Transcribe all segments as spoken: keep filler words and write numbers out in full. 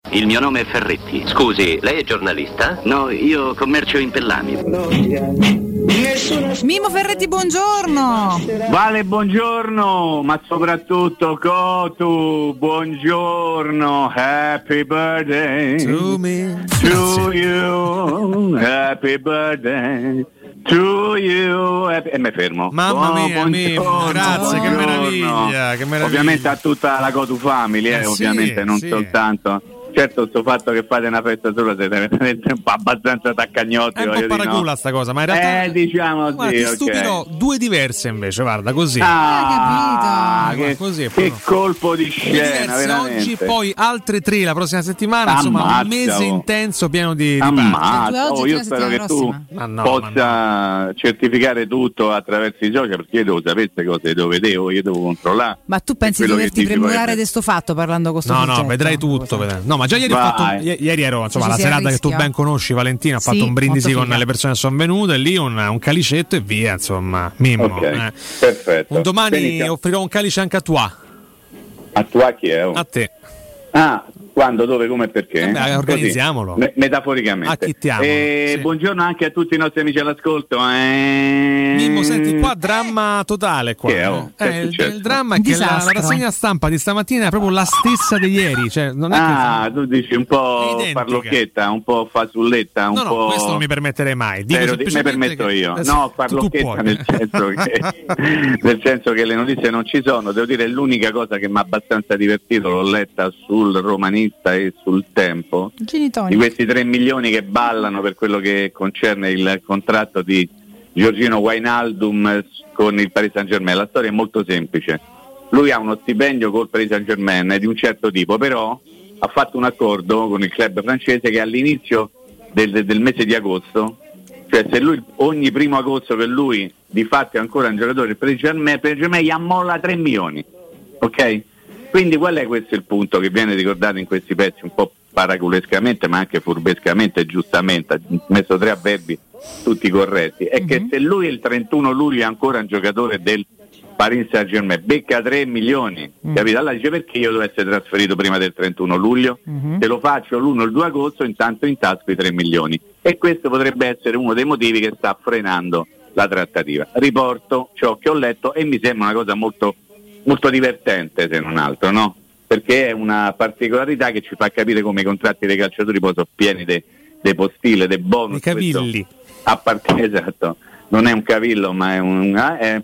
Il mio nome è Ferretti. Scusi, lei è giornalista? No, io commercio in pellami. Mimo Ferretti, buongiorno. Vale, buongiorno, ma soprattutto Cotu, buongiorno. Happy birthday to me, to you, happy birthday to you. E me fermo. Mamma oh, mia, Mimo, grazie, buongiorno. Che meraviglia, che meraviglia. Ovviamente a tutta la Cotu Family, eh, eh, ovviamente sì, non sì. soltanto. Certo, sto fatto che fate una festa sola siete veramente un po' abbastanza taccagnotti. È un po' paracula no? sta cosa, ma in realtà eh, diciamo guarda, sì, ti okay. stupirò, due diverse invece, guarda, così. Ah, capito. che, Così, che poi- colpo di Due scena, diverse veramente. oggi, poi altre tre la prossima settimana, insomma Ammazza, un mese oh. intenso pieno di, di party. Due Ammazza, oggi oh, e io tre spero che settimana tu prossima. Ma no, possa ma certificare tutto attraverso i social, perché io devo sapere queste cose, devo vedevo, io devo controllare. Ma tu pensi E di quello doverti che dici premurare poi- di sto fatto parlando con sto No, soggetto? no, vedrai tutto. vedrai. No, ma già ieri, ho Vai. fatto, un- i- ieri ero insomma Ci la si è a serata che tu rischio. ben conosci, Valentina. Ho Sì, fatto un brindisi molto con figa. le persone che sono venute, lì un, un calicetto e via. Insomma, Mimmo. Ok, eh. perfetto. Un domani Benissimo. offrirò un calice anche a tua, A tua chi è? oh? a te. Ah, quando, dove, come e perché? Eh beh, Così, organizziamolo. me- metaforicamente. Acchittiamolo, E sì. Buongiorno anche a tutti i nostri amici all'ascolto. Eh... Mimmo, senti qua, dramma totale qua. Che è, oh? Che è Eh, il, successo? il dramma è Un che la, la disastro. rassegna stampa di stamattina è proprio la stessa di ieri. Cioè, non è Ah, che... tu dici un po' Identica. farlocchetta, un po' fasulletta, un No, no, po'... questo non mi permetterei mai. Dico Spero di- me semplicemente permetto che- io. eh, No, tu farlocchetta puoi. nel senso che nel senso che le notizie non ci sono. Devo dire, l'unica cosa che mi ha abbastanza divertito, l'ho letta sul Romanista e sul Tempo, Genitori. di questi tre milioni che ballano per quello che concerne il contratto di Giorgino Wijnaldum con il Paris Saint-Germain. La storia è molto semplice. Lui ha uno stipendio col Paris Saint-Germain di un certo tipo, però ha fatto un accordo con il club francese che all'inizio del, del mese di agosto, cioè se lui ogni primo agosto che lui di fatto è ancora un giocatore del Paris Saint-Germain, il Paris Saint-Germain gli ammolla tre milioni, ok? Quindi qual è questo il punto che viene ricordato in questi pezzi un po' paraculescamente ma anche furbescamente e giustamente, ha messo tre avverbi tutti corretti, è che se lui il trentuno luglio è ancora un giocatore del Paris Saint-Germain, becca tre milioni, capito? Allora dice, perché io devo essere trasferito prima del trentuno luglio? Se lo faccio l'uno o il due agosto, intanto intasco i tre milioni, e questo potrebbe essere uno dei motivi che sta frenando la trattativa. Riporto ciò che ho letto e mi sembra una cosa molto molto divertente, se non altro, no? Perché è una particolarità che ci fa capire come i contratti dei calciatori poi sono pieni dei postille, dei bonus. I cavilli. A parte, esatto, non è un cavillo ma è un... È,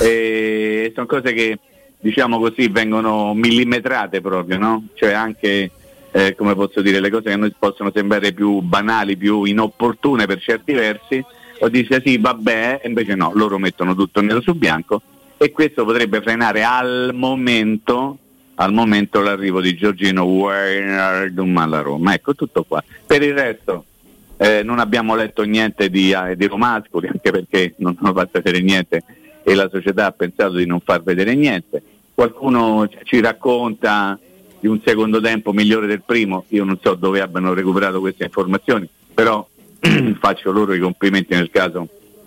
è, sono cose che, diciamo così, vengono millimetrate proprio, no? Cioè anche, eh, come posso dire, le cose che a noi possono sembrare più banali, più inopportune per certi versi, o dice sì, vabbè, e invece no, loro mettono tutto nero su bianco. E questo potrebbe frenare al momento, al momento l'arrivo di Giorgino Wijnaldum alla Roma. Ecco, tutto qua. Per il resto eh, non abbiamo letto niente di, eh, di Romascoli, anche perché non hanno fatto vedere niente e la società ha pensato di non far vedere niente. Qualcuno ci racconta di un secondo tempo migliore del primo, io non so dove abbiano recuperato queste informazioni, però faccio loro i complimenti nel caso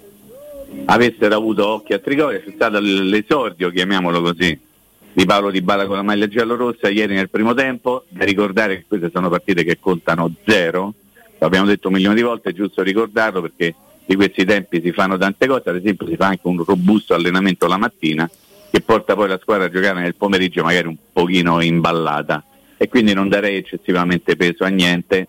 avessero avuto occhi a Trigoria. C'è stato l'esordio, chiamiamolo così, di Paolo Dybala con la maglia giallorossa ieri nel primo tempo. Da ricordare che queste sono partite che contano zero, l'abbiamo detto un milione di volte, è giusto ricordarlo perché di questi tempi si fanno tante cose. Ad esempio si fa anche un robusto allenamento la mattina che porta poi la squadra a giocare nel pomeriggio magari un pochino imballata, e quindi non darei eccessivamente peso a niente,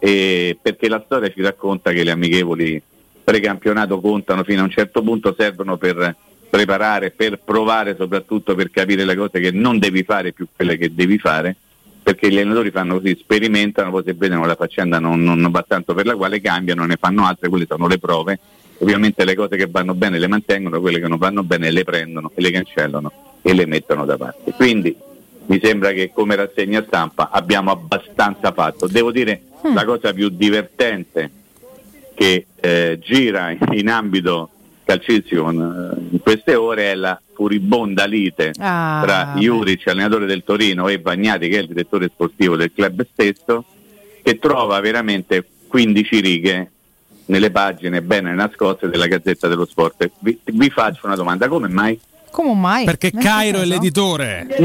e perché la storia ci racconta che le amichevoli precampionato contano fino a un certo punto, servono per preparare, per provare, soprattutto per capire le cose che non devi fare più quelle che devi fare, perché gli allenatori fanno così, sperimentano, poi se vedono la faccenda non, non va tanto per la quale cambiano, ne fanno altre, quelle sono le prove. Ovviamente le cose che vanno bene le mantengono, quelle che non vanno bene le prendono e le cancellano e le mettono da parte. Quindi mi sembra che come rassegna stampa abbiamo abbastanza fatto. Devo dire, mm. la cosa più divertente che eh, gira in ambito calcistico in queste ore è la furibonda lite ah, tra Juric, allenatore del Torino, e Bagnati, che è il direttore sportivo del club stesso, che trova veramente quindici righe nelle pagine bene nascoste della Gazzetta dello Sport. Vi, vi faccio una domanda: come mai Come mai? Perché Cairo è l'editore. No,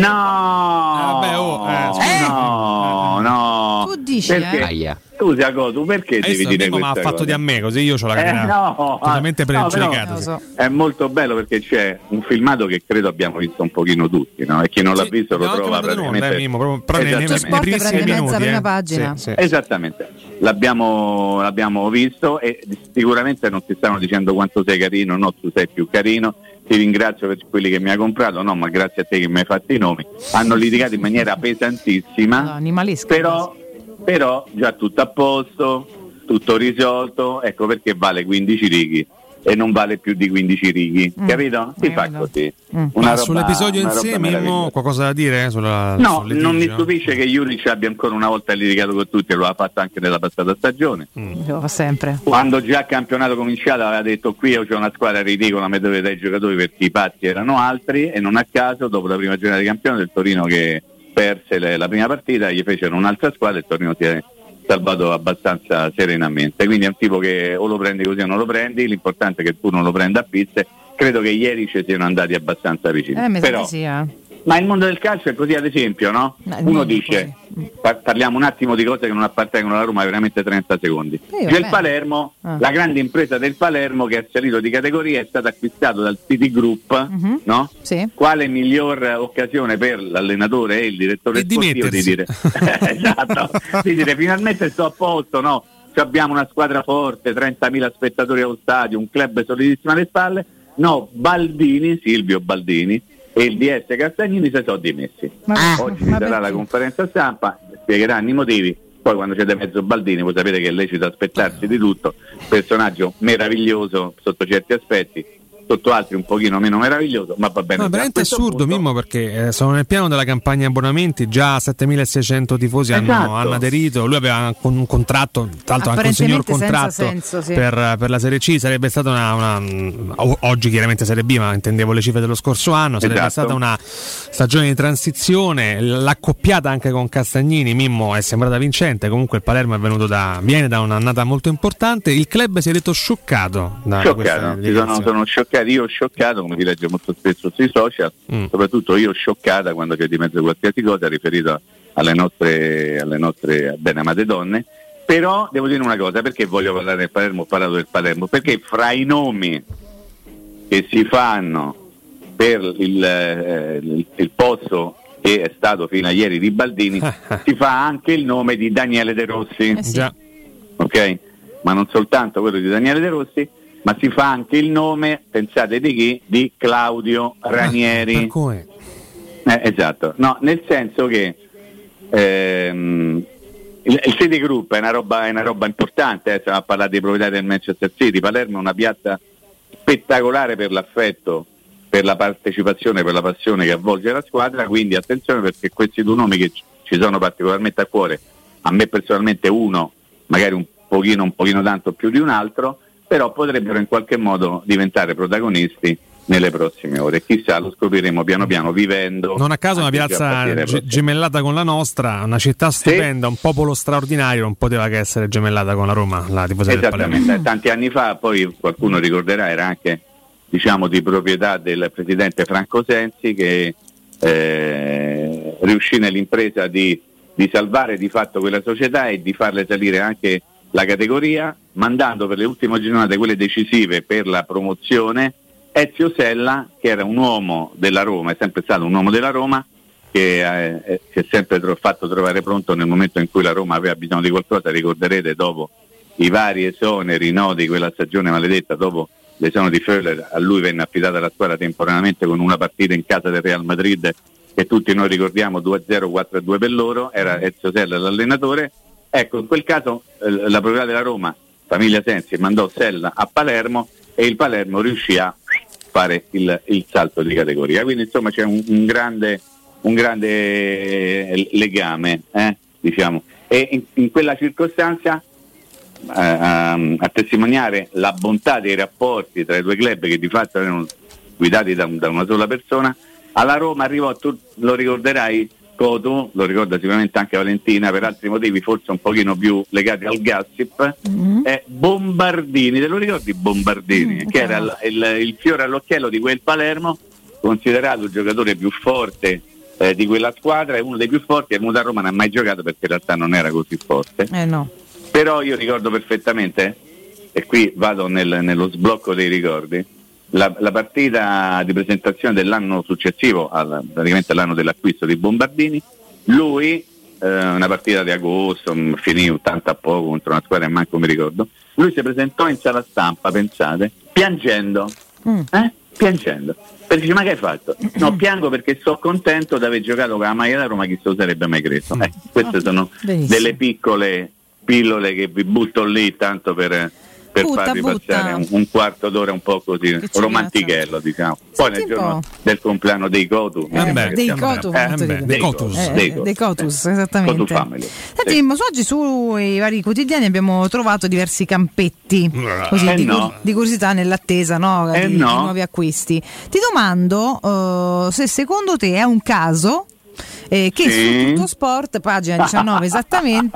vabbè, oh, eh, no, no. Tu dici, perché? eh? Scusa, tu perché Hai devi visto, dire Mimmo questa mi ha fatto cosa? di a me, così io ho la catena Eh, no, totalmente no, pregiudicata. però è molto bello perché c'è un filmato che credo abbiamo visto un pochino tutti, no? E chi non l'ha Sì, visto lo no, trova anche mandato in praticamente. onda, eh, Mimmo, proprio- però nei- nei- Esattamente. nei primissimi prende mezza minuti, prima eh. pagina. Sì, sì. Esattamente, l'abbiamo, l'abbiamo visto e sicuramente non ti stanno dicendo quanto sei carino, no, tu sei più carino, ti ringrazio per quelli che mi hai comprato, no, ma grazie a te che mi hai fatto i nomi. Hanno litigato in maniera pesantissima, No, animalesco. però, però già tutto a posto, tutto risolto, ecco perché vale quindici righi e non vale più di quindici righi, Mm. capito? Si Eh, fa no. così. Mm. Una Ma roba- sull'episodio in una roba sé, Mimmo, meravigliosa. qualcosa da dire? Sulla, No, sul non mi litigio? stupisce che Juric abbia ancora una volta litigato con tutti, lo ha fatto anche nella passata stagione. Lo fa sempre. Quando già il campionato cominciato aveva detto qui io c'ho una squadra ridicola, mi dovete dai giocatori perché i pazzi erano altri, e non a caso dopo la prima giornata di campionato il Torino che perse le, la prima partita gli fecero un'altra squadra e il Torino si è salvato abbastanza serenamente, quindi è un tipo che o lo prendi così o non lo prendi, l'importante è che tu non lo prenda a pizze. Credo che ieri ci siano andati abbastanza vicini, Eh, mi sa però di sì, eh. ma il mondo del calcio è così, ad esempio, no? No, il Uno mondo è dice, par- parliamo un attimo di cose che non appartengono alla Roma, veramente trenta secondi. Sì, C'è il vabbè. Palermo, Ah. la grande impresa del Palermo che è salito di categoria, è stato acquistato dal City Group, Mhm. no? Sì. Quale miglior occasione per l'allenatore e il direttore Di sportivo di dire esatto, di dire finalmente sto a posto, no? Cioè, abbiamo una squadra forte, trentamila spettatori allo stadio, un club solidissimo alle spalle. No, Baldini, Silvio Baldini e il D S Castagnini si sono dimessi. Ma- Oggi ma ci sarà perché? la conferenza stampa, spiegheranno i motivi. Poi quando c'è di mezzo Baldini, voi sapete che è lecito aspettarsi di tutto, personaggio meraviglioso sotto certi aspetti, sotto altri un pochino meno meraviglioso, ma va bene. No, è A veramente questo assurdo, punto- Mimmo, perché eh, sono nel piano della campagna abbonamenti, già settemilaseicento tifosi hanno, Esatto. hanno aderito, lui aveva con un contratto, tra l'altro anche un signor Apparentemente senza contratto senso, sì. per, per la Serie C, sarebbe stata una, una mh, o- oggi chiaramente Serie B, ma intendevo le cifre dello scorso anno, sarebbe Esatto. stata una stagione di transizione, l'accoppiata anche con Castagnini, Mimmo, è sembrata vincente, comunque il Palermo è venuto da, viene da un'annata molto importante, il club si è detto scioccato da questa Scioccato, ci sono, dichiarazione. sono scioccato, io ho scioccato, come si legge molto spesso sui social, Mm. soprattutto io scioccata quando c'è di mezzo qualsiasi cosa riferita alle nostre, alle nostre ben amate donne. Però devo dire una cosa, perché voglio parlare del Palermo, ho parlato del Palermo, perché fra i nomi che si fanno per il, eh, il, il posto che è stato fino a ieri di Baldini si fa anche il nome di Daniele De Rossi, Eh sì. Già. ok? Ma non soltanto quello di Daniele De Rossi, ma si fa anche il nome, pensate di chi? Di Claudio Ranieri. Per cui? Eh, esatto, no, nel senso che ehm, il, il City Group è una roba, è una roba importante, eh, stiamo a parlare dei proprietari del Manchester City. Palermo è una piazza spettacolare per l'affetto, per la partecipazione, per la passione che avvolge la squadra, quindi attenzione, perché questi due nomi che ci- ci sono particolarmente a cuore, a me personalmente uno, magari un pochino, un pochino tanto più di un altro, però potrebbero in qualche modo diventare protagonisti nelle prossime ore. Chissà, lo scopriremo piano piano vivendo. Non a caso una anche già a piazza partire dai ge- prossimi- gemellata con la nostra, una città stupenda, un popolo straordinario, non poteva che essere gemellata con la Roma, la tifoseria del Palermo. Esattamente, tanti anni fa, poi qualcuno ricorderà, era anche, diciamo, di proprietà del presidente Franco Sensi, che eh, riuscì nell'impresa di, di salvare di fatto quella società e di farle salire anche la categoria, mandando per le ultime giornate, quelle decisive per la promozione, Ezio Sella, che era un uomo della Roma, è sempre stato un uomo della Roma, che eh, si è sempre tro- fatto trovare pronto nel momento in cui la Roma aveva bisogno di qualcosa. Ricorderete, dopo i vari esoneri, no, di quella stagione maledetta, dopo l'esonero di Föhler, a lui venne affidata la squadra temporaneamente con una partita in casa del Real Madrid che tutti noi ricordiamo, due a zero, quattro a due per loro, era Ezio Sella l'allenatore. Ecco, in quel caso eh, la proprietà della Roma, famiglia Sensi, mandò Sella a Palermo e il Palermo riuscì a fare il, il salto di categoria. Quindi insomma c'è un, un grande, un grande eh, legame, eh, diciamo. E in, in quella circostanza eh, a, a testimoniare la bontà dei rapporti tra i due club, che di fatto erano guidati da, da una sola persona, alla Roma arrivò, tu lo ricorderai, Cotu, lo ricorda sicuramente anche Valentina, per altri motivi forse un pochino più legati al gossip, Mm-hmm. è Bombardini. Te lo ricordi Bombardini? Mm, che era il, il, il fiore all'occhiello di quel Palermo, considerato il giocatore più forte eh, di quella squadra, è uno dei più forti, è venuto a Roma, non ha mai giocato perché in realtà non era così forte. Eh no. Però io ricordo perfettamente, e qui vado nel, nello sblocco dei ricordi, la, la partita di presentazione dell'anno successivo, al, praticamente all'anno dell'acquisto di Bombardini. Lui, eh, una partita di agosto, finì ottanta a poco contro una squadra che manco mi ricordo, lui si presentò in sala stampa, pensate, piangendo, mm. eh? piangendo, perché dice: ma che hai fatto? No, piango perché sono contento di aver giocato con la maglia da Roma, chi se lo sarebbe mai credo. Eh, queste sono Benissimo. delle piccole pillole che vi butto lì tanto per, per butta, farvi butta. passare un, un quarto d'ora un po' così romantichello, diciamo. Poi nel giorno del compleanno dei Cotu, eh, eh, dei Cotu, eh, eh, dei Cotus, eh, dei, dei Cotus, esattamente. Cotu Family. Senti, sì. Su oggi sui vari quotidiani abbiamo trovato diversi campetti così, eh di, no. di curiosità nell'attesa, no, eh di, no. di nuovi acquisti. Ti domando uh, se secondo te è un caso Eh, che sì. su Tutto Sport, pagina diciannove esattamente,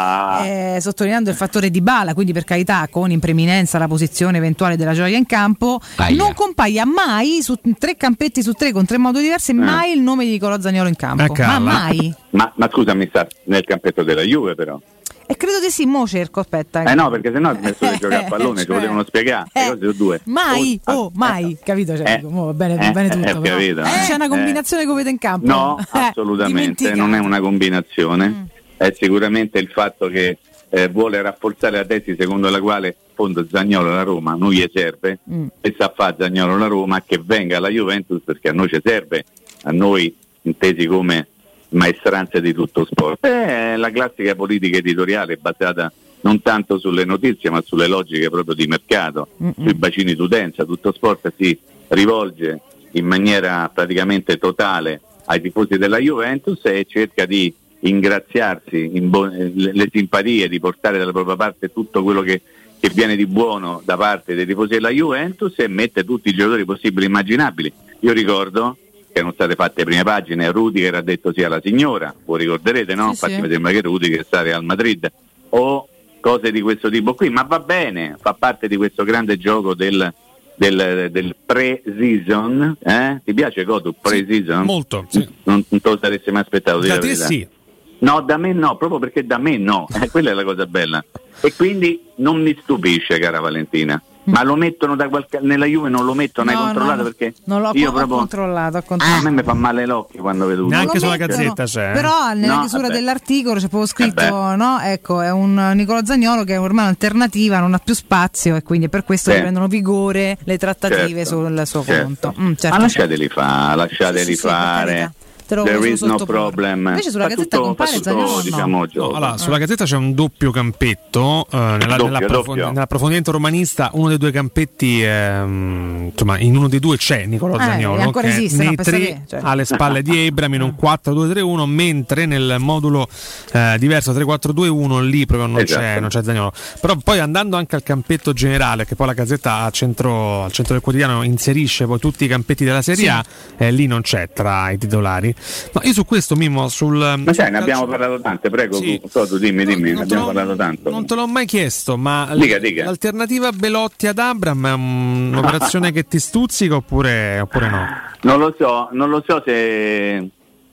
eh, sottolineando il fattore Dybala, quindi per carità con in preeminenza la posizione eventuale della gioia in campo, Aia. non compaia mai su tre campetti su tre con tre modi diversi, eh. mai il nome di Nicolò Zaniolo in campo, ma mai. Ma, ma scusami, sta nel campetto della Juve però. E credo di sì, mo cerco, aspetta. Eh no, perché sennò ha smesso di giocare a pallone, ce lo devono spiegare. Eh, le cose sono due. Mai, oh, oh mai, eh, capito? Cioè, eh, mo, va bene, va bene tutto. Eh, capito, eh, c'è una combinazione eh. che vedete in campo? No, assolutamente, non è una combinazione. Mm. È sicuramente il fatto che eh, vuole rafforzare la tesi secondo la quale, in fondo, Zaniolo alla Roma non gli serve, mm. e sa fa Zaniolo alla Roma che venga alla Juventus perché a noi ci serve, a noi intesi come maestranze di Tutto Sport. È la classica politica editoriale basata non tanto sulle notizie ma sulle logiche proprio di mercato, Mm-mm. sui bacini d'utenza. Tutto Sport si rivolge in maniera praticamente totale ai tifosi della Juventus e cerca di ingraziarsi in bo- le simpatie, di portare dalla propria parte tutto quello che, che viene di buono da parte dei tifosi della Juventus e mette tutti i giocatori possibili e immaginabili. Io ricordo che erano state fatte prime pagine, Rudiger ha detto sì alla signora, voi ricorderete, no? Sì, infatti sì. Mi sembra che Rudiger sta al Madrid, o cose di questo tipo qui, ma va bene, fa parte di questo grande gioco del, del, del pre-season, eh? Ti piace Cotu? Pre-season? Sì, molto, sì. Non, non te lo saresti mai aspettato di da te sì. No, da me no, proprio perché da me no, eh, quella è la cosa bella. E quindi non mi stupisce, cara Valentina. Ma lo mettono da qualche nella Juve, non lo mettono, no, hai controllato? No, perché non l'ho io ho proprio controllato, ho controllato. A me mi fa male l'occhio quando vedo neanche sulla Gazzetta c'è. Però nella no, chiusura vabbè. dell'articolo c'è proprio scritto eh no, ecco, è un Nicolò Zaniolo che è ormai un'alternativa, non ha più spazio e quindi è per questo sì. che prendono vigore le trattative certo. sul suo certo. conto. Mm, certo, ma lasciateli fare, lasciateli sì, sì, fare. There is no problem. Invece sulla Gazzetta compare Zaniolo, diciamo, no. no, allora, sulla Gazzetta c'è un doppio campetto, eh, nella, doppio, nell'approfond- doppio. nell'approfondimento romanista uno dei due campetti, ehm, insomma in uno dei due c'è Nicolò eh, Zaniolo, ancora che esiste, nei no, tre te, cioè. alle spalle di Ebram in un quattro due tre uno, mentre nel modulo eh, diverso tre quattro due uno lì proprio non, esatto. c'è, non c'è Zaniolo. Però poi andando anche al campetto generale, che poi la Gazzetta a centro, al centro del quotidiano inserisce poi tutti i campetti della Serie sì. A, eh, lì non c'è tra i titolari. Ma io su questo Mimmo sul ma sai, ne abbiamo parlato tante, prego sì. Cotu, dimmi, dimmi, ne abbiamo parlato tanto. Non te l'ho mai chiesto, ma dica, dica. l'alternativa Belotti ad Abram è un'operazione che ti stuzzica oppure, oppure no? Non lo so, non lo so se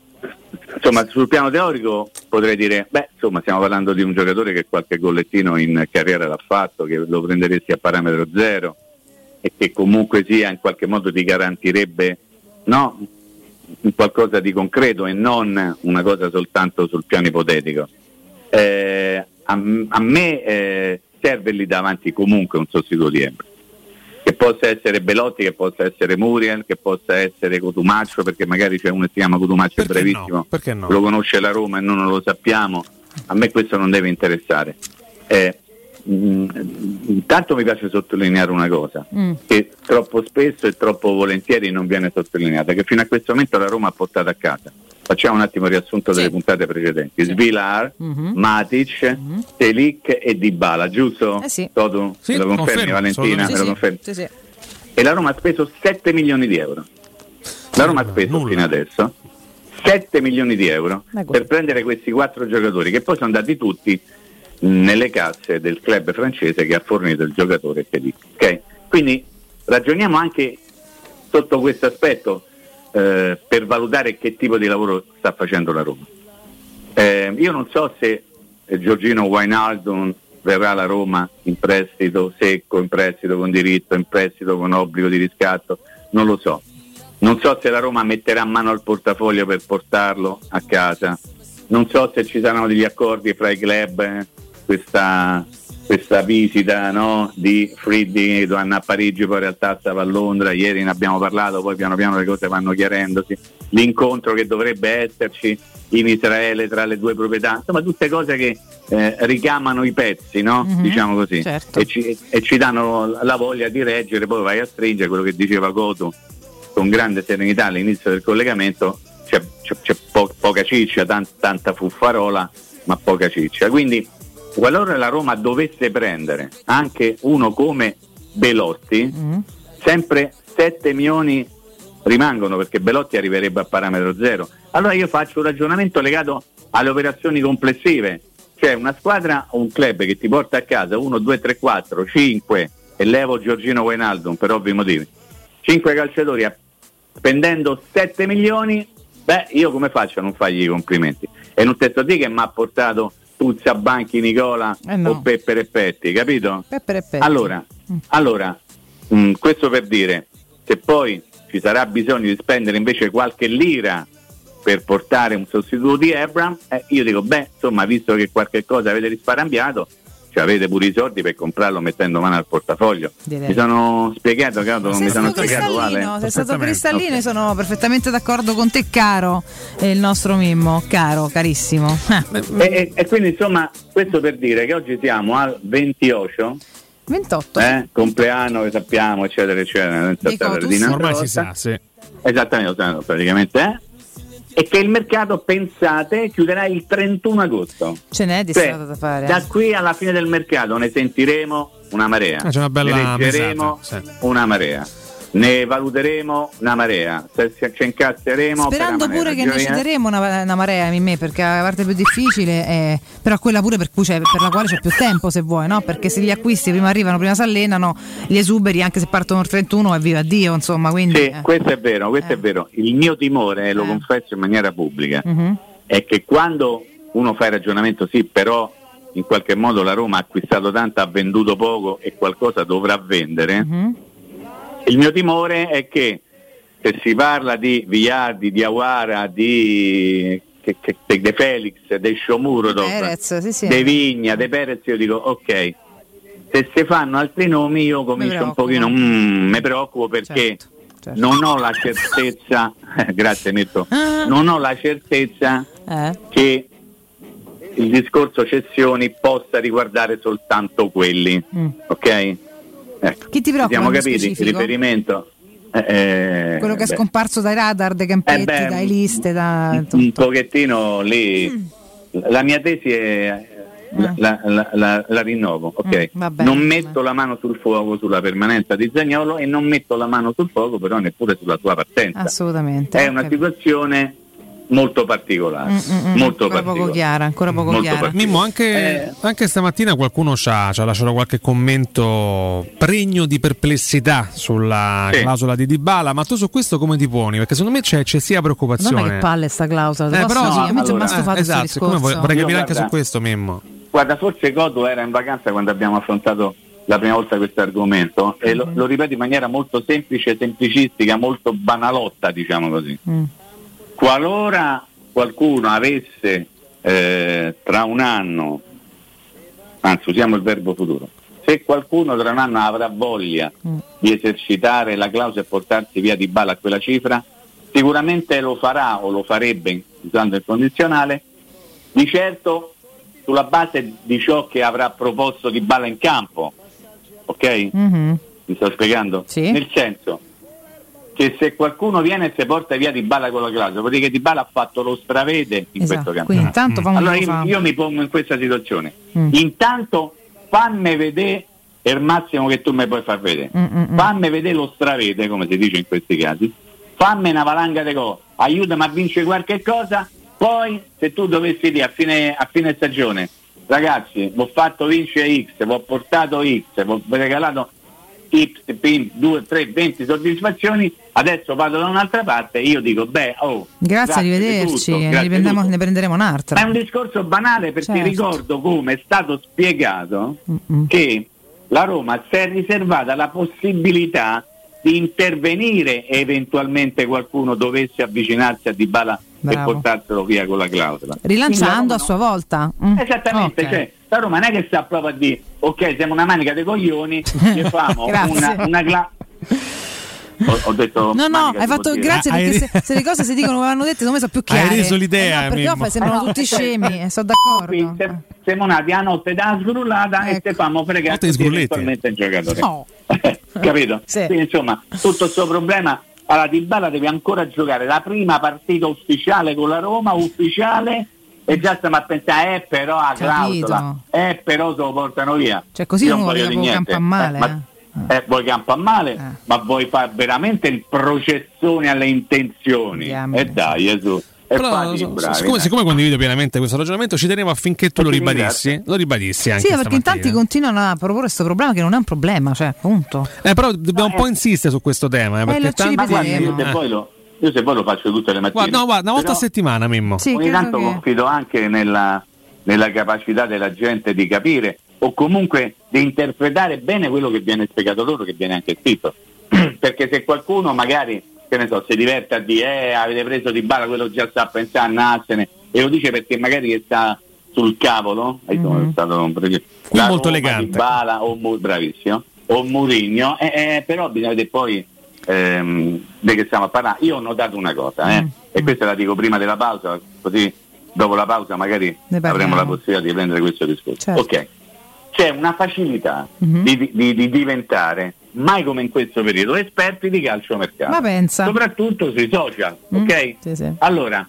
insomma sul piano teorico potrei dire, beh insomma stiamo parlando di un giocatore che qualche gollettino in carriera l'ha fatto, che lo prenderesti a parametro zero e che comunque sia in qualche modo ti garantirebbe no qualcosa di concreto e non una cosa soltanto sul piano ipotetico. Eh, a, a me eh, serve lì davanti comunque un sostituto di Ebra, che possa essere Belotti, che possa essere Muriel, che possa essere Cotumaccio, perché magari c'è uno che si chiama Cotumaccio, è brevissimo, no? no? Lo conosce la Roma e noi non lo sappiamo. A me questo non deve interessare. Eh, Intanto mi piace sottolineare una cosa mm. che troppo spesso e troppo volentieri non viene sottolineata, che fino a questo momento la Roma ha portato a casa. Facciamo un attimo il riassunto sì. delle puntate precedenti. Sì. Svilar, mm-hmm. Matic, mm-hmm. Selic e Dybala, giusto? Eh sì. Toto, sì, me lo confermi, confermo, Valentina? Sì, me lo sì. confermi? Sì, sì. E la Roma ha speso sette milioni di euro. La Roma ha speso Nulla. fino adesso sette milioni di euro per prendere questi quattro giocatori che poi sono andati tutti nelle casse del club francese che ha fornito il giocatore Selic. Okay? Quindi ragioniamo anche sotto questo aspetto. eh, per valutare che tipo di lavoro sta facendo la Roma. Eh, io non so se eh, Giorgino Wijnaldum verrà alla Roma in prestito secco, in prestito con diritto, in prestito con obbligo di riscatto, non lo so. Non so se la Roma metterà mano al portafoglio per portarlo a casa, non so se ci saranno degli accordi fra i club, eh, questa, questa visita, no, di Friedrich a Parigi, poi in realtà stava a Londra, ieri ne abbiamo parlato, poi piano piano le cose vanno chiarendosi, l'incontro che dovrebbe esserci in Israele tra le due proprietà, insomma tutte cose che eh, richiamano i pezzi, no? Mm-hmm, diciamo così, certo. e, ci, e ci danno la voglia di reggere, poi vai a stringere quello che diceva Coto con grande serenità all'inizio del collegamento, c'è, c'è, c'è po- poca ciccia, tant- tanta fuffarola, ma poca ciccia. Quindi qualora la Roma dovesse prendere anche uno come Belotti, mm. sempre sette milioni rimangono, perché Belotti arriverebbe a parametro zero. Allora io faccio un ragionamento legato alle operazioni complessive, cioè una squadra o un club che ti porta a casa uno, due, tre, quattro, cinque, e levo Giorgino Wijnaldum per ovvi motivi, cinque calciatori a, spendendo sette milioni, beh, io come faccio a non fargli i complimenti? E non te sto a dire che mi ha portato Tuzza, Banchi, Nicola eh no. o Peppe Repetti, capito? Peppe Repetti. Allora, mm. allora mh, questo per dire, se poi ci sarà bisogno di spendere invece qualche lira per portare un sostituto di Abraham, eh, io dico, beh, insomma, visto che qualche cosa avete risparmiato, cioè avete pure i soldi per comprarlo mettendo mano al portafoglio. Direi. Mi sono spiegato, Cato? Non sei mi sono stato spiegato, Vale? Sei stato cristallino, okay. Sono perfettamente d'accordo con te, caro, è il nostro Mimmo, caro, carissimo. E, e, e quindi insomma, questo per dire che oggi siamo al ventotto, ventotto eh, compleanno che sappiamo, eccetera, eccetera. Ormai si sa, sì. Esattamente, praticamente è. E che il mercato, pensate, chiuderà il trentuno agosto. Ce n'è di cioè, strada da fare. Da qui alla fine del mercato ne sentiremo una marea. Ah, c'è una bella ne leggeremo mesata, sì. una marea. Ne valuteremo una marea. Se ci incazzeremo, sperando per pure che ne cederemo una, una marea, in me, perché la parte più difficile è però quella pure per cui c'è, per la quale c'è più tempo, se vuoi, no? Perché se gli acquisti prima arrivano, prima si allenano, gli esuberi anche se partono il trentuno è viva Dio, insomma, quindi sì, eh. questo è vero, questo eh. è vero. Il mio timore, lo eh. confesso in maniera pubblica, uh-huh. è che quando uno fa il ragionamento, sì, però in qualche modo la Roma ha acquistato tanto, ha venduto poco e qualcosa dovrà vendere. Uh-huh. Il mio timore è che se si parla di Viardi, di Aouara, di che, che, De Felix, De Shomurodov, Perez, sì, sì. De Vigna, De Perez, io dico ok, se si fanno altri nomi io comincio un pochino, mm, mi preoccupo perché certo, certo. non ho la certezza, grazie Mirko, ah. non ho la certezza eh. che il discorso cessioni possa riguardare soltanto quelli, mm. ok? Ecco, chi ti preoccupa? Siamo capiti il riferimento? Eh, quello che beh. è scomparso dai radar, dai campetti, eh beh, dai liste, da tutto. Un pochettino lì. Mm. La mia tesi è la, la, la, la, la rinnovo, ok? Mm, bene, non metto la mano sul fuoco sulla permanenza di Zaniolo e non metto la mano sul fuoco però neppure sulla sua partenza. Assolutamente. È una capito. situazione molto particolare, mm, mm, molto ancora particolare. poco chiara, ancora poco molto chiara. Mimmo, anche, eh. anche stamattina qualcuno ci ha, ci ha lasciato qualche commento pregno di perplessità sulla sì. clausola di Dybala, ma tu su questo come ti poni? Perché secondo me c'è eccessiva preoccupazione. Non è che palle sta clausola, eh, però sì, no, a me allora, mi ha stufato eh, esatto, discorso. Vorrei capire Io, anche guarda, su questo, Mimmo. Guarda, forse Coto era in vacanza quando abbiamo affrontato la prima volta questo argomento e mm. lo, lo ripeto in maniera molto semplice, semplicistica, molto banalotta, diciamo così. Mm. Qualora qualcuno avesse eh, tra un anno, anzi usiamo il verbo futuro, se qualcuno tra un anno avrà voglia mm. di esercitare la clausola e portarsi via Dybala a quella cifra, sicuramente lo farà o lo farebbe usando il condizionale, di certo sulla base di ciò che avrà proposto Dybala in campo, ok? Mm-hmm. Mi sto spiegando? Sì. Nel senso che se qualcuno viene e si porta via Dybala con la clausola, vuol dire che Dybala ha fatto lo stravede in esatto, questo campionato. Mm. Allora io, io mi pongo in questa situazione. Mm. Intanto fammi vedere il massimo che tu mi puoi far vedere. Mm-mm. Fammi vedere lo stravede, come si dice in questi casi. Fammi una valanga di gol, aiutami a vincere qualche cosa. Poi se tu dovessi dire a fine, a fine stagione, ragazzi, vi ho fatto vincere X, vi ho portato X, vi ho regalato Y, due, tre, venti soddisfazioni, adesso vado da un'altra parte, io dico beh oh grazie, grazie arrivederci, tutto, ne, prendiamo, ne prenderemo un'altra. Ma è un discorso banale, perché certo. ricordo come è stato spiegato Mm-mm. che la Roma si è riservata la possibilità di intervenire eventualmente qualcuno dovesse avvicinarsi a Dybala per portarselo via con la clausola, rilanciando a sua volta. Mm. Esattamente, okay. Cioè la Roma non è che sta proprio a dire ok siamo una manica dei coglioni e famo una, una cla- ho, ho detto no no hai fatto dire. Grazie ah, perché se, se le cose si dicono come vanno dette secondo me sono più chiare, hai reso l'idea, eh, no, perché sembrano no, tutti scemi e sono d'accordo. Se, siamo nati a notte da sgrullata ecco. E te famo fregare eventualmente il giocatore no. Capito? Sì. Quindi insomma tutto il suo problema. Allora Dybala deve ancora giocare la prima partita ufficiale con la Roma, ufficiale, e già stiamo a pensare eh però a clausola eh però se lo portano via, cioè così non vuole che campa a male eh, ma, eh. Eh, vuoi campa a male eh. ma vuoi fare veramente il processone alle intenzioni e eh, dai Gesù. Però, so, bravi, siccome, siccome condivido pienamente questo ragionamento, ci tenevo affinché tu lo ribadissi, lo ribadissi anche. Sì, perché stamattina. In tanti continuano a proporre questo problema che non è un problema, cioè, punto. Eh, però dobbiamo no, un po' insistere su questo tema, eh, perché eh, tanti... Ma guarda, io, se poi lo, io se poi lo faccio tutte le mattine. Guarda, no, guarda, una volta però, a settimana, Mimmo. Sì, ogni tanto che... confido anche nella, nella capacità della gente di capire o comunque di interpretare bene quello che viene spiegato loro, che viene anche scritto. Perché se qualcuno magari che ne so, si diverte a dire eh, avete preso Dybala, quello già sta a pensare a andarsene, e lo dice perché magari che sta sul cavolo, mm-hmm. è stato un pre- la molto Roma, elegante Dybala o bravissimo o Mourinho, eh, eh, però bisogna vedere poi ehm, di che stiamo a parlare. Io ho notato una cosa eh, mm-hmm. e questa la dico prima della pausa, così dopo la pausa magari avremo la possibilità di prendere questo discorso. Certo. Ok, c'è una facilità mm-hmm. di, di, di diventare mai come in questo periodo esperti di calciomercato, ma pensa, soprattutto sui social, mm, ok? Sì, sì. Allora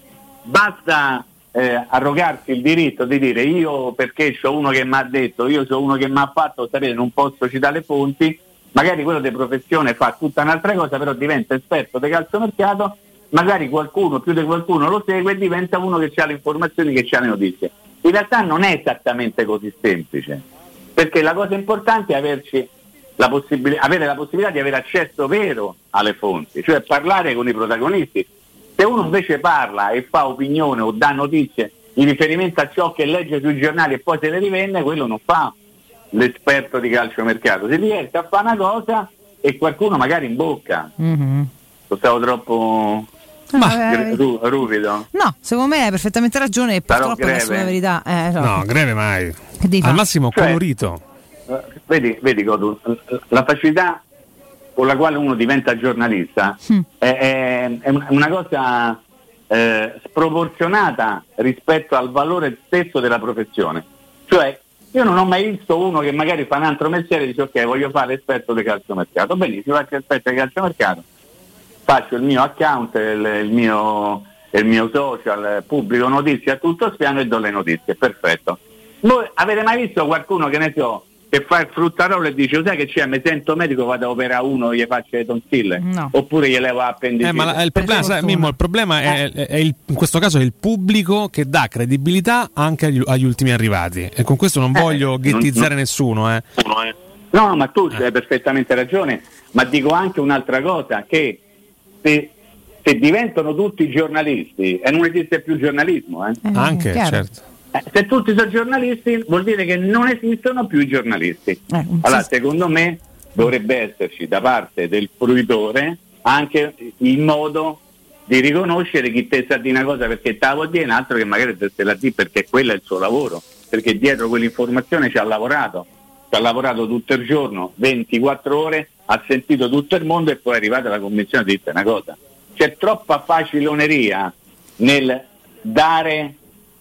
basta eh, arrogarsi il diritto di dire io perché c'ho uno che mi ha detto, io c'ho uno che mi ha fatto, sapete, non posso citare le fonti, magari quello di professione fa tutta un'altra cosa, però diventa esperto di calciomercato, magari qualcuno più di qualcuno lo segue e diventa uno che ha le informazioni, che ha le notizie. In realtà non è esattamente così semplice, perché la cosa importante è averci La possibil- avere la possibilità di avere accesso vero alle fonti, cioè parlare con i protagonisti. Se uno invece parla e fa opinione o dà notizie in riferimento a ciò che legge sui giornali e poi se le rivende, quello non fa l'esperto di calciomercato, si diverte a fare una cosa e qualcuno magari in bocca. Mm-hmm. Lo stavo troppo Ma, eh, ru- ruvido? No, secondo me hai perfettamente ragione e purtroppo è la sua verità. Eh, no. no, greve mai. Al massimo cioè, colorito. Vedi, vedi Godu, la facilità con la quale uno diventa giornalista mm. è, è, è una cosa eh, sproporzionata rispetto al valore stesso della professione. Cioè, io non ho mai visto uno che magari fa un altro mestiere e dice ok, voglio fare esperto di calciomercato. Benissimo, faccio esperto di calciomercato, faccio il mio account, il, il, mio, il mio social, pubblico notizie a tutto spiano e do le notizie, perfetto. Voi avete mai visto qualcuno che ne so che fa il fruttarolo e dice sai che c'è, mi sento medico, vado a operare uno e gli faccio le tonsille, no. Oppure gli levo appendicite. Eh, ma la, il problema, sai, Mimmo, il problema è, è, è il, in questo caso è il pubblico che dà credibilità anche agli, agli ultimi arrivati, e con questo non eh, voglio ghettizzare non, nessuno eh. No, ma tu hai perfettamente ragione, ma dico anche un'altra cosa, che se, se diventano tutti giornalisti e non esiste più giornalismo eh. Eh, anche chiaro. Certo. Se tutti sono giornalisti vuol dire che non esistono più i giornalisti. Eh, allora secondo me dovrebbe esserci da parte del fruitore anche il modo di riconoscere chi te sa di una cosa perché te la vuol dire, un altro che magari te la di perché quello è il suo lavoro, perché dietro quell'informazione ci ha lavorato, ci ha lavorato tutto il giorno, ventiquattro ore, ha sentito tutto il mondo e poi è arrivata la convinzione di dire una cosa. C'è troppa faciloneria nel dare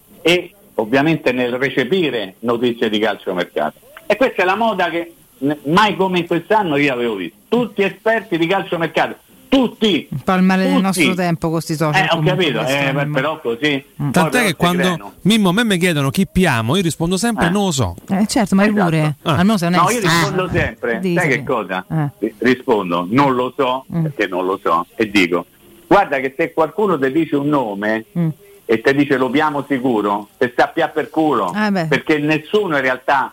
e ovviamente nel recepire notizie di calciomercato, e questa è la moda che mai come in quest'anno io avevo visto, tutti esperti di calciomercato, tutti un po' il male tutti. Del nostro tempo con questi social, eh, ho capito, eh, però così mm. tant'è che quando creano. Mimmo a me mi chiedono chi piamo, io rispondo sempre eh. non lo so, eh, certo, ma esatto. pure ah. almeno sei onesto. No, io rispondo ah. sempre Dici. Sai che cosa? Eh. rispondo non lo so mm. perché non lo so, e dico guarda che se qualcuno ti dice un nome mm. e te dice lo piamo sicuro, te sta a pià per culo, ah, perché nessuno in realtà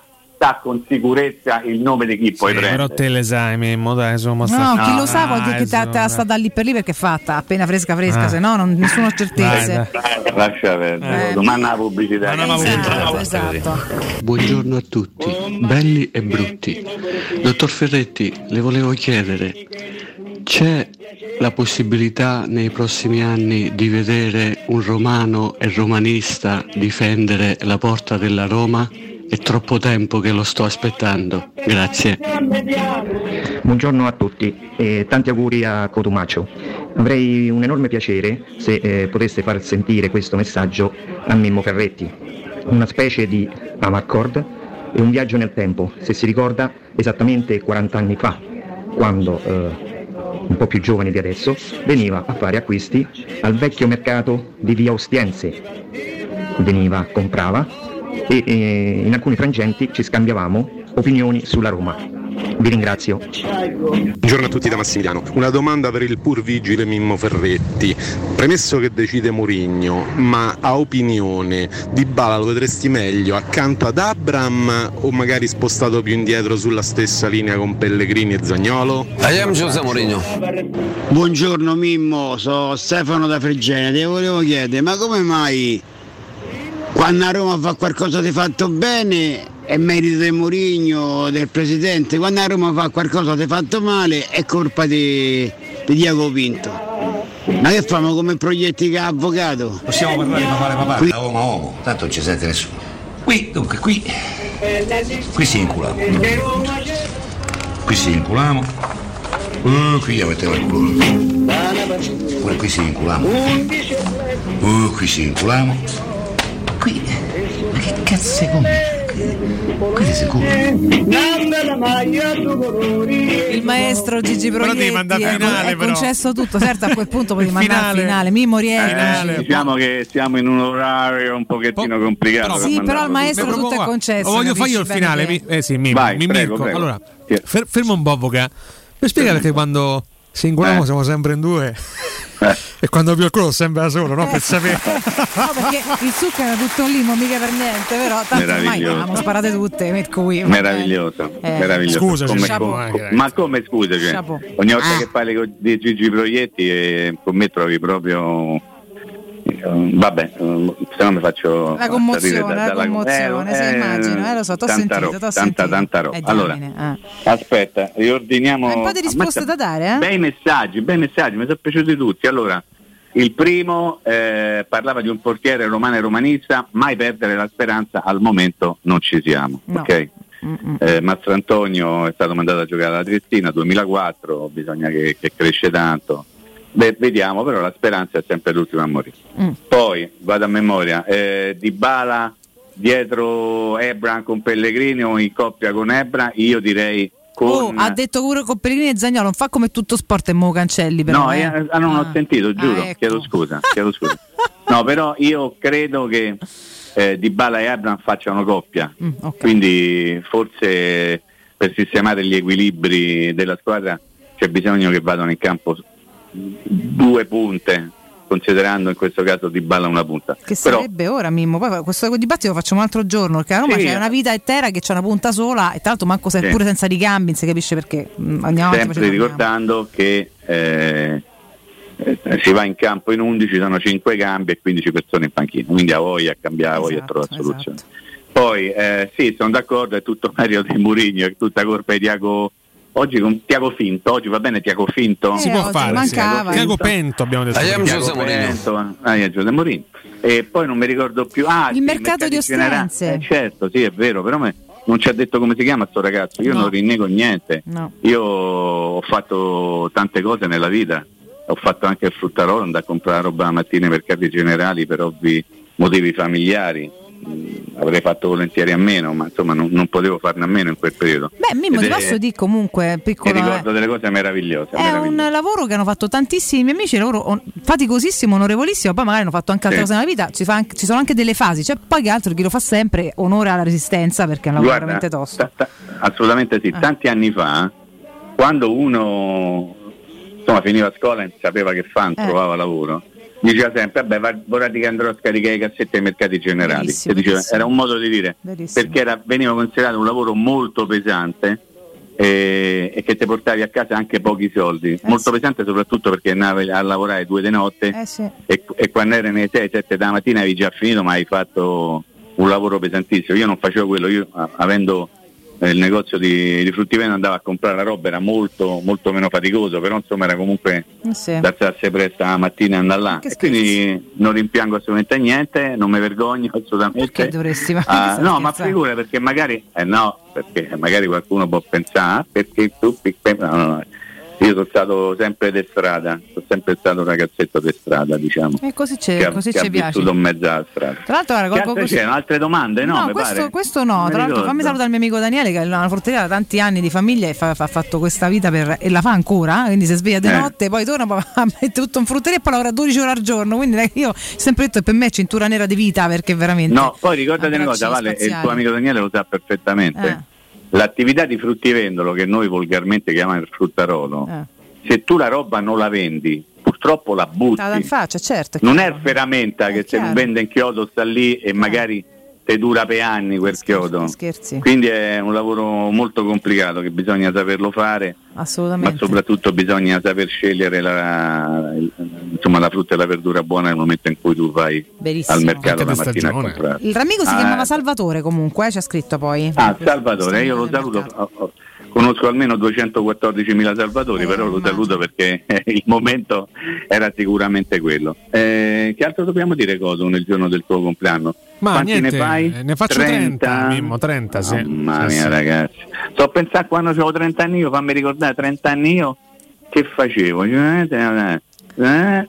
sa con sicurezza il nome di chi sì, puoi prendere. Però te le sai, Mimmo, dai, insomma. No, no, chi lo sa vuol dire che te la sta da lì per lì perché è fatta appena fresca fresca, ah. se no non, nessuno ha certezze. Dai, lascia perdere, eh. domani la pubblicità. No, no, esatto, esatto. Buongiorno a tutti, belli e brutti. Dottor Ferretti, le volevo chiedere, c'è la possibilità nei prossimi anni di vedere un romano e romanista difendere la porta della Roma? È troppo tempo che lo sto aspettando. Grazie. Buongiorno a tutti e tanti auguri a Cotumaccio. Avrei un enorme piacere se eh, poteste far sentire questo messaggio a Mimmo Ferretti. Una specie di Amarcord e un viaggio nel tempo, se si ricorda, esattamente quaranta anni fa, quando, eh, un po' più giovane di adesso, veniva a fare acquisti al vecchio mercato di via Ostiense. Veniva, comprava e eh, in alcuni frangenti ci scambiavamo opinioni sulla Roma. Vi ringrazio. Buongiorno a tutti da Massimiliano. Una domanda per il pur vigile Mimmo Ferretti. Premesso che decide Mourinho, ma a opinione Dybala lo vedresti meglio accanto ad Abraham o magari spostato più indietro sulla stessa linea con Pellegrini e Zaniolo? Andiamo Giuseppe Mourinho. Buongiorno Mimmo, sono Stefano da Fregene. Ti volevo chiedere, ma come mai quando a Roma fa qualcosa di fatto bene è merito di Mourinho, del presidente, quando a Roma fa qualcosa di fatto male è colpa di, di Diaco Pinto? Ma che famo come progetti che ha avvocato? Possiamo parlare papà papà, qui... da uomo a uomo, tanto non ci sente nessuno. Qui, dunque, qui qui si inculamo. Qui si inculamo. Uh, qui gli metteva il culo. Pure qui si inculamo. Uh, qui si inculamo. Qui, ma che cazzo è con me? Qui è sicuro. Il maestro Gigi Proietti ha concesso tutto, certo a quel punto puoi mandare al finale. Mimmo rientra. Eh, diciamo che siamo in un orario un pochettino po- complicato. Sì, però al maestro tutto, tutto è concesso. Lo voglio fare io il finale. Che... Eh sì, Mimmo, Vai, mi prego, mirco. prego. Allora, fer- fermo un po', Voca. Mi spiega perché quando singoliamo eh. siamo sempre in due? Eh. E quando più il culo sembra solo, no? Eh. Per sapere. No, perché il succo era tutto lì, ma mica per niente, però tanto ormai abbiamo sparate tutte, met qui. Meraviglioso, eh. meraviglioso. Scusa, come, come, come, ma come scusa? Cioè, ogni volta ah. che parli con di Gigi Proietti eh, con me trovi proprio eh, vabbè, eh, se no mi faccio la commozione, da, la commozione, eh, se immagino, eh, lo so, t'ho sentito, roba, t'ho tanta, sentito. tanta roba. Eh, allora, eh. aspetta, riordiniamo. Hai un po' di risposte da dare, eh? Bei messaggi, bei messaggi, mi sono piaciuti tutti. Allora, il primo eh, parlava di un portiere romano e romanista, mai perdere la speranza, al momento non ci siamo. No. Ok? Eh, Mastrantonio è stato mandato a giocare alla Triestina duemilaquattro, bisogna che, che cresce tanto. Beh, vediamo, però la speranza è sempre l'ultima a morire. Mm. Poi vado a memoria, eh, Dybala dietro Ebra con Pellegrini o in coppia con Ebra, io direi con... Oh, ha detto pure con Pellegrini e Zaniolo, non fa come tutto sport e mo cancelli però. No, eh. eh, ah, non ah. ho sentito, giuro, ah, ecco. chiedo scusa, chiedo scusa. No, però io credo che eh, Dybala e Abraham facciano coppia, mm, okay. Quindi forse per sistemare gli equilibri della squadra c'è bisogno che vadano in campo due punte, considerando in questo caso Dybala una punta. Che però, sarebbe ora Mimmo, poi questo dibattito lo facciamo un altro giorno, perché a Roma sì, c'è una vita intera che c'è una punta sola e tra l'altro manco se sì. pure senza ricambi, non si capisce perché. Andiamo sempre ricordando che eh, eh, si va in campo in undici, sono cinque cambi e quindici persone in panchina, quindi a voglia a cambiare, a voglia a trovare soluzioni. Esatto. Poi eh, sì, sono d'accordo, è tutto merito di Mourinho, è tutta colpa di Diaco. Oggi con Tiago Finto, oggi va bene Tiago Finto? Eh, si può fare, mancava. Sì. Tiago Pento abbiamo detto. Tiago Pento, ah, Giuseppe Mourinho. E poi non mi ricordo più. Ah, il sì, mercato di Ostiense. Eh, certo, sì, è vero, però me, non ci ha detto come si chiama sto ragazzo. Io no. non rinnego niente. No. Io ho fatto tante cose nella vita. Ho fatto anche il fruttarolo, andare a comprare roba la mattina ai mercati generali per ovvi motivi familiari. Avrei fatto volentieri a meno, ma insomma non, non potevo farne a meno in quel periodo. Beh, Mimmo, ti posso dire comunque piccola, mi ricordo delle cose meravigliose. È meravigliose. un lavoro che hanno fatto tantissimi miei amici, lavoro faticosissimo, onorevolissimo, poi magari hanno fatto anche altre sì. cose nella vita, ci, fa anche, ci sono anche delle fasi, cioè poi che altro chi lo fa sempre onore alla resistenza perché è un lavoro Guarda, veramente tosto. Ta, ta, assolutamente sì, eh. tanti anni fa, quando uno insomma finiva a scuola e sapeva che fa, eh. trovava lavoro. diceva sempre vabbè guardate che andrò a scaricare le cassette ai mercati generali. Bellissimo, diceva, bellissimo. era un modo di dire, Bellissimo. perché era, veniva considerato un lavoro molto pesante e, e che ti portavi a casa anche pochi soldi, eh molto sì. pesante soprattutto perché andavi a lavorare due di notte eh sì. e, e quando eri nelle sei sette della mattina avevi già finito ma hai fatto un lavoro pesantissimo. Io non facevo quello, io avendo il negozio di, di fruttivendolo andavo a comprare la roba, era molto molto meno faticoso, però insomma era comunque sì. da alzarsi presto la mattina e andare là, e quindi non rimpiango assolutamente niente, non mi vergogno assolutamente. Perché dovresti? Ma ah, no, ma figura, perché magari eh no, perché magari qualcuno può pensare perché tu no, no, no. Io sono stato sempre de strada, sono sempre stato un ragazzetto de strada, diciamo. E così c'è, che così ha, ci che piace. Ha vissuto in mezzo alla strada. Tra l'altro, guarda, qualcosa così... c'erano altre domande? No, no questo, pare. questo no. Tra l'altro, fammi salutare il mio amico Daniele che ha una frutteria da tanti anni di famiglia e fa, fa, ha fatto questa vita per, e la fa ancora. Quindi si sveglia di eh. notte, poi torna, poi mette tutto in frutteria e poi lavora dodici ore al giorno. Quindi io ho sempre detto che per me è cintura nera di vita perché veramente. No, poi ricordati una cosa, Vale, e il tuo amico Daniele lo sa perfettamente. Eh. L'attività di fruttivendolo, che noi volgarmente chiamiamo il fruttarolo. Eh. Se tu la roba non la vendi, purtroppo la butti. In faccia, certo, non è il ferramenta è che chiaro. Se non vende in chiodo sta lì e eh. magari te dura per anni quel scherzi, chiodo. Scherzi. Quindi è un lavoro molto complicato che bisogna saperlo fare. Assolutamente. Ma soprattutto bisogna saper scegliere la, insomma, la frutta e la verdura buona nel momento in cui tu vai Benissimo. al mercato la mattina stagione. a comprare. Il amico si ah, chiamava Salvatore comunque, eh, c'è scritto poi. Ah, Salvatore, io lo saluto. Conosco almeno duecentoquattordicimila Salvatori, eh, però lo saluto perché il momento era sicuramente quello. Eh, che altro dobbiamo dire, Coso, nel giorno del tuo compleanno? Ma quanti niente, ne fai? Ne faccio trenta, trenta Mimmo, trenta, sì. Mamma sì, mia, sì. ragazzi. Sto a pensare quando avevo trenta anni io, fammi ricordare trenta anni io, che facevo? Eh, eh, eh,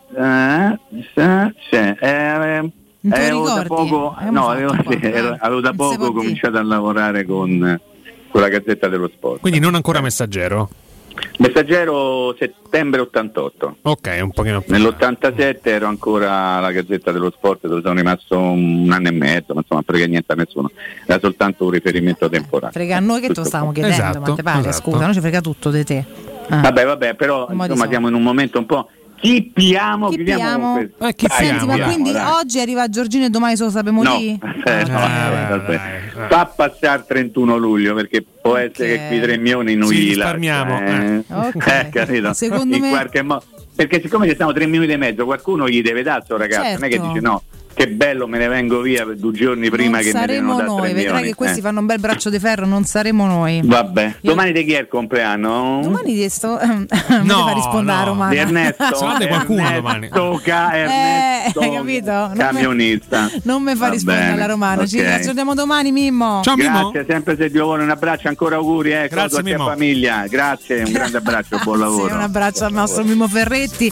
eh, eh, eh, avevo da poco, no, avevo, sì, ero, avevo da poco cominciato a lavorare con... con la Gazzetta dello Sport. Quindi non ancora Messaggero? Messaggero settembre ottantotto. Ok, un pochino più. Nell'ottantasette ero ancora la Gazzetta dello Sport, dove sono rimasto un anno e mezzo, ma insomma frega niente a nessuno, era soltanto un riferimento temporale. Frega a noi che te lo stavamo chiedendo, esatto, ma te pare, esatto. scusa, non ci frega tutto di te. Ah. Vabbè, vabbè, però insomma siamo in un momento un po'. Chi piamo? Chi piamo? Eh, chi Senti, piamo, ma piamo, quindi dai. oggi arriva Giorgino e domani solo sappiamo no. lì? Eh, no, okay. eh, fa passare trentuno luglio perché può okay. essere che qui tre milioni non sì, gli risparmiamo. Eh, okay. eh, capito? Secondo in me... qualche modo, perché siccome ci stiamo tre minuti e mezzo, qualcuno gli deve dare sto ragazzo, certo. non è che dice no. Che bello, me ne vengo via due giorni prima non che me ne saremo da noi, vedrai milioni. che questi eh. fanno un bel braccio di ferro, non saremo noi. Vabbè, Io... domani di chi è il compleanno? Domani di sto non no, fa rispondere no. a Romana. Di Ernesto, Salute qualcuno Ernesto, domani. Ca, Ernesto, eh, capito? Non camionista. Me, non mi fa rispondere alla Romana. Okay. Ci aggiorniamo domani, Mimmo. Ciao Mimmo. Grazie, sempre se Dio vuole, un abbraccio, ancora auguri, eh, grazie a tua famiglia. Grazie, un grande abbraccio, buon lavoro. Un abbraccio al nostro Mimmo Ferretti.